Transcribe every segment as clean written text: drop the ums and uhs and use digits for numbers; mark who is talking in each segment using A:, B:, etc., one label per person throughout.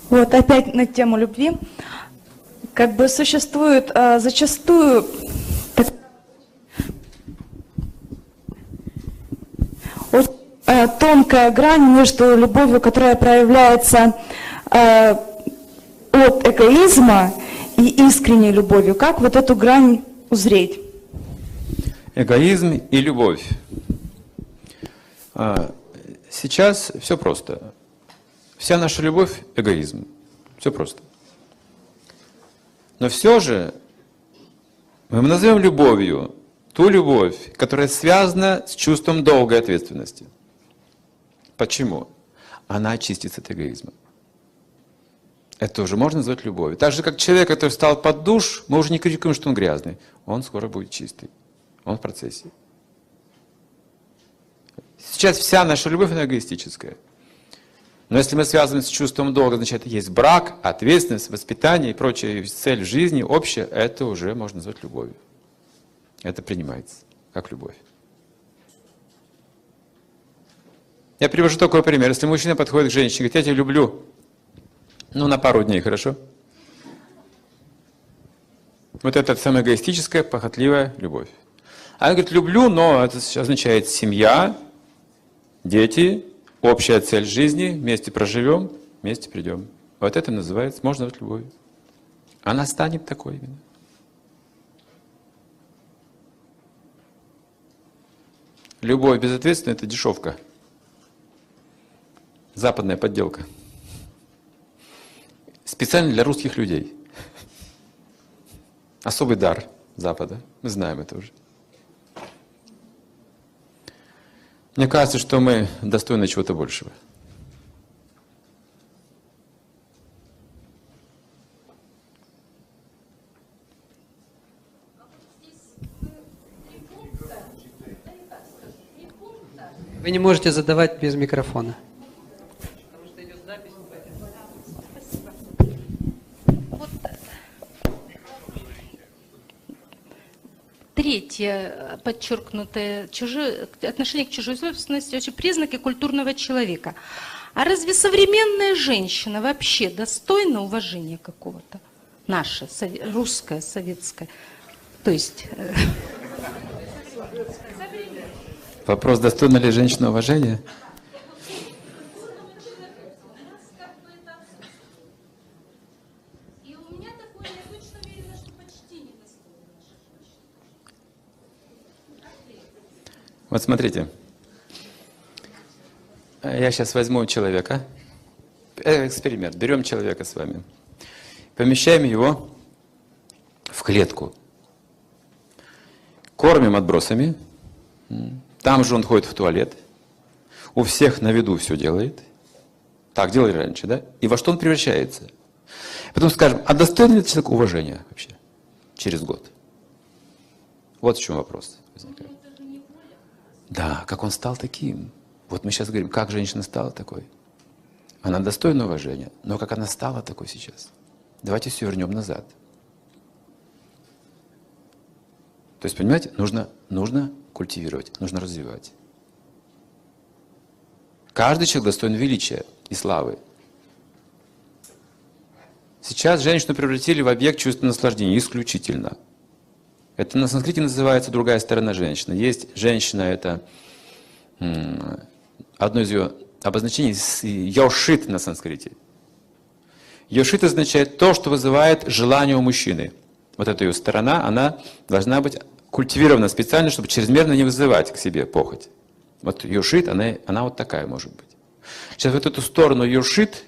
A: Вот опять на тему любви. Как бы существует зачастую очень тонкая грань между любовью, которая проявляется от эгоизма, и искренней любовью. Как вот эту грань узреть?
B: Эгоизм и любовь. Сейчас все просто. Вся наша любовь – эгоизм. Все просто. Но все же мы назовем любовью ту любовь, которая связана с чувством долга и ответственности. Почему? Она очистится от эгоизма. Это уже можно назвать любовью. Так же, как человек, который встал под душ, мы уже не критикуем, что он грязный. Он скоро будет чистый. Он в процессе. Сейчас вся наша любовь, она эгоистическая. Но если мы связаны с чувством долга, значит, есть брак, ответственность, воспитание и прочая цель в жизни, общая, это уже можно назвать любовью. Это принимается как любовь. Я привожу такой пример. Если мужчина подходит к женщине и говорит: я тебя люблю, на пару дней, хорошо? Вот это самая эгоистическая, похотливая любовь. Она говорит: люблю, но это означает семья, дети, общая цель жизни, вместе проживем, вместе придем. Вот это называется, можно назвать любовью. Она станет такой именно. Любовь безответственная – это дешевка. Западная подделка. Специально для русских людей. Особый дар Запада. Мы знаем это уже. Мне кажется, что мы достойны чего-то большего.
C: Вы не можете задавать без микрофона.
D: Третье, подчеркнутое, отношение к чужой собственности, очень признаки культурного человека. А разве современная женщина вообще достойна уважения какого-то? Наша, русская, советская. То есть...
B: Вопрос, достойна ли женщина уважения? Вот смотрите, я сейчас возьму человека, эксперимент, берем человека с вами, помещаем его в клетку, кормим отбросами, там же он ходит в туалет, у всех на виду все делает, так делали раньше, да? И во что он превращается? Потом скажем, а достоин ли человек уважения вообще через год? Вот в чем вопрос возникает. Да, как он стал таким. Вот мы сейчас говорим, как женщина стала такой. Она достойна уважения, но как она стала такой сейчас. Давайте все вернем назад. То есть, понимаете, нужно культивировать, нужно развивать. Каждый человек достоин величия и славы. Сейчас женщину превратили в объект чувственного наслаждения исключительно. Это на санскрите называется другая сторона женщины. Есть женщина, это одно из ее обозначений, йошит на санскрите. Йошит означает то, что вызывает желание у мужчины. Вот эта ее сторона, она должна быть культивирована специально, чтобы чрезмерно не вызывать к себе похоть. Вот йошит, она вот такая может быть. Сейчас вот эту сторону йошит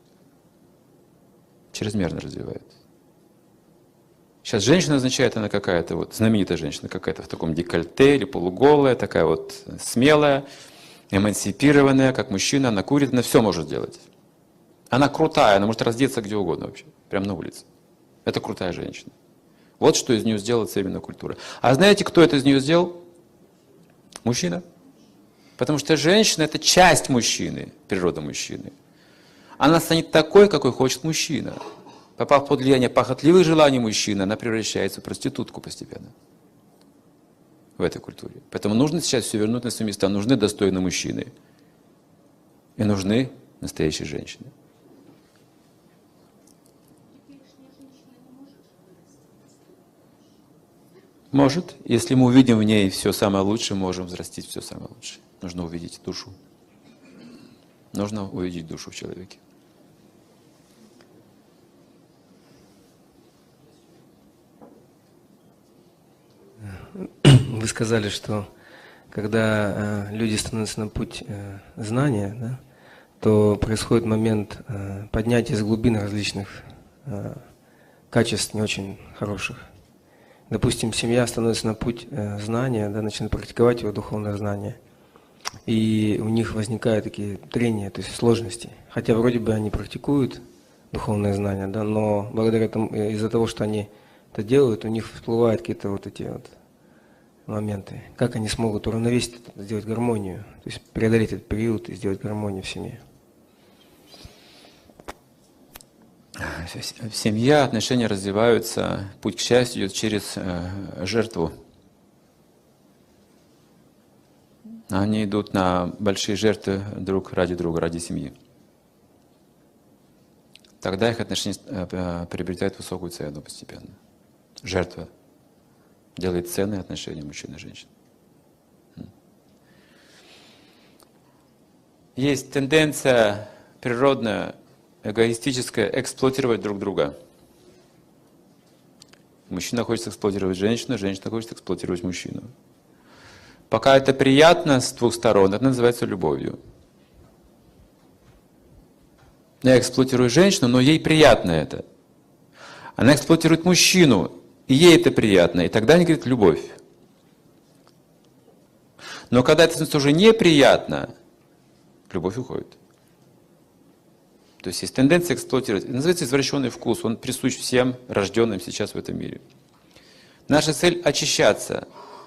B: чрезмерно развивает. Сейчас женщина означает, она какая-то вот знаменитая женщина, какая-то в таком декольте или полуголая, такая вот смелая, эмансипированная, как мужчина, она курит, она все может делать. Она крутая, она может раздеться где угодно вообще, прямо на улице. Это крутая женщина. Вот что из нее сделала современная культура. А знаете, кто это из нее сделал? Мужчина. Потому что женщина – это часть мужчины, природа мужчины. Она станет такой, какой хочет мужчина. Попав под влияние похотливых желаний мужчины, она превращается в проститутку постепенно. В этой культуре. Поэтому нужно сейчас все вернуть на свои места. Нужны достойные мужчины. И нужны настоящие женщины. Может. Если мы увидим в ней все самое лучшее, можем взрастить все самое лучшее. Нужно увидеть душу. Нужно увидеть душу в человеке.
E: Вы сказали, что когда люди становятся на путь знания, да, то происходит момент поднятия из глубин различных качеств не очень хороших. Допустим, семья становится на путь знания, да, начинает практиковать его духовное знание, и у них возникают такие трения, то есть сложности. Хотя вроде бы они практикуют духовное знание, да, но благодаря тому, из-за того, что они это делают, у них всплывают какие-то вот эти вот моменты. Как они смогут уравновесить, сделать гармонию, то есть преодолеть этот период и сделать гармонию в семье?
B: В семье отношения развиваются, путь к счастью идет через жертву. Они идут на большие жертвы друг ради друга, ради семьи. Тогда их отношения приобретают высокую цену постепенно. Жертва делает ценные отношения мужчин и женщин. Есть тенденция природная, эгоистическое эксплуатировать друг друга. Мужчина хочет эксплуатировать женщину, женщина хочет эксплуатировать мужчину. Пока это приятно с двух сторон, это называется любовью. Я эксплуатирую женщину, но ей приятно это. Она эксплуатирует мужчину, и ей это приятно, и тогда они говорят любовь. Но когда это становится уже неприятно, любовь уходит. То есть есть тенденция эксплуатировать. Это называется извращенный вкус. Он присущ всем рожденным сейчас в этом мире. Наша цель – очищаться.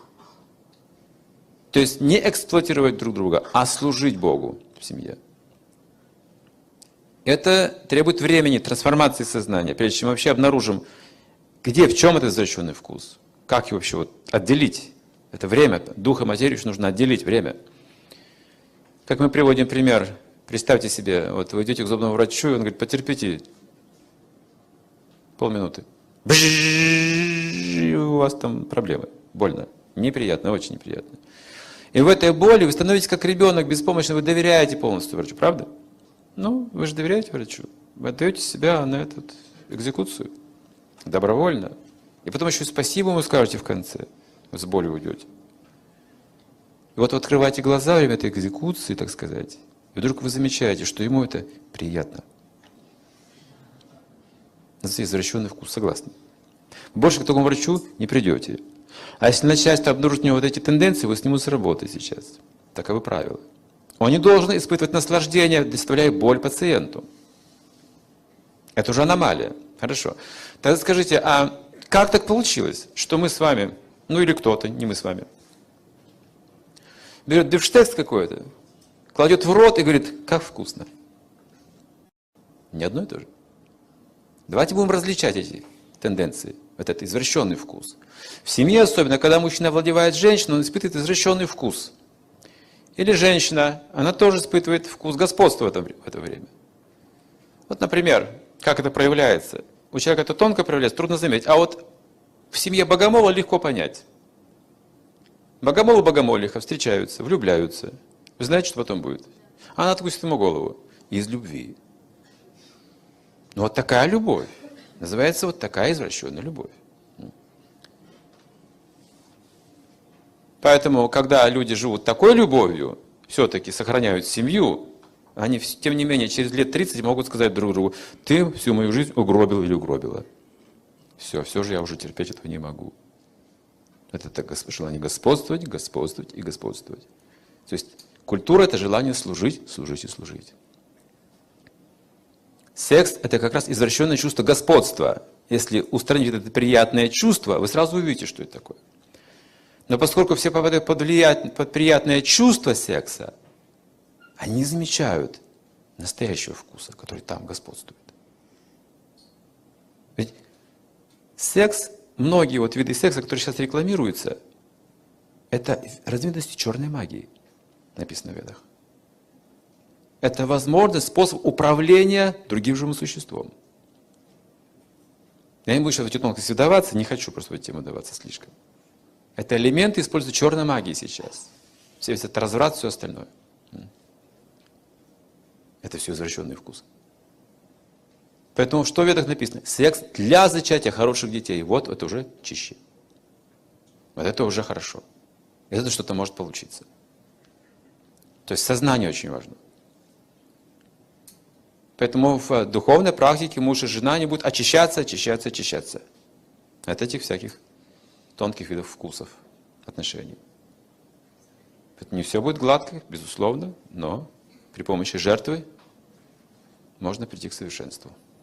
B: То есть не эксплуатировать друг друга, а служить Богу в семье. Это требует времени, трансформации сознания, прежде чем мы вообще обнаружим, где, в чем этот извращенный вкус. Как его вообще вот отделить? Это время. Дух и материю еще нужно отделить, время. Как мы приводим пример. Представьте себе, вот вы идете к зубному врачу, и он говорит, потерпите полминуты. И у вас там проблемы, больно, неприятно, очень неприятно. И в этой боли вы становитесь как ребенок, беспомощно, вы доверяете полностью врачу, правда? Ну, вы же доверяете врачу, вы отдаете себя на эту экзекуцию добровольно. И потом еще спасибо ему скажете в конце, вы с болью уйдете. И вот вы открываете глаза во время этой экзекуции, так сказать, и вдруг вы замечаете, что ему это приятно. Это извращенный вкус, согласны? Больше к такому врачу не придете. А если начать обнаружить у него вот эти тенденции, вы с ним сработаете сейчас. Таковы правила. Он не должен испытывать наслаждение, доставляя боль пациенту. Это уже аномалия. Хорошо. Тогда скажите, а как так получилось, что мы с вами, ну или кто-то, не мы с вами, берет бифштекс какой-то, кладет в рот и говорит, как вкусно. Не одно и то же. Давайте будем различать эти тенденции, вот этот извращенный вкус. В семье особенно, когда мужчина овладевает женщиной, он испытывает извращенный вкус. Или женщина, она тоже испытывает вкус господства в это время. Вот, например, как это проявляется. У человека это тонко проявляется, трудно заметить. А вот в семье богомола легко понять. Богомол и богомолиха встречаются, влюбляются. Вы знаете, что потом будет? Она откусит ему голову. Из любви. Но вот такая любовь. Называется вот такая извращенная любовь. Поэтому, когда люди живут такой любовью, все-таки сохраняют семью, они, тем не менее, через лет 30 могут сказать друг другу, ты всю мою жизнь угробил или угробила. Все же я уже терпеть этого не могу. Это так, желание господствовать, господствовать и господствовать. То есть культура – это желание служить, служить и служить. Секс – это как раз извращенное чувство господства. Если устранить это приятное чувство, вы сразу увидите, что это такое. Но поскольку все попадают под приятное чувство секса, они не замечают настоящего вкуса, который там господствует. Ведь секс, многие вот виды секса, которые сейчас рекламируются, это разновидности черной магии, написано в Ведах. Это возможность, способ управления другим живым существом. Я не буду сейчас в эти тонкости вдаваться, не хочу просто в эту тему вдаваться слишком. Это элементы используют черной магии сейчас. Весь этот разврат, все остальное. Это все извращенный вкус. Поэтому что в ведах написано? Секс для зачатия хороших детей. Вот это уже чище. Вот это уже хорошо. Это что-то может получиться. То есть сознание очень важно. Поэтому в духовной практике муж и жена не будут очищаться от этих всяких тонких видов вкусов, отношений. Поэтому не все будет гладко, безусловно, но при помощи жертвы можно прийти к совершенству.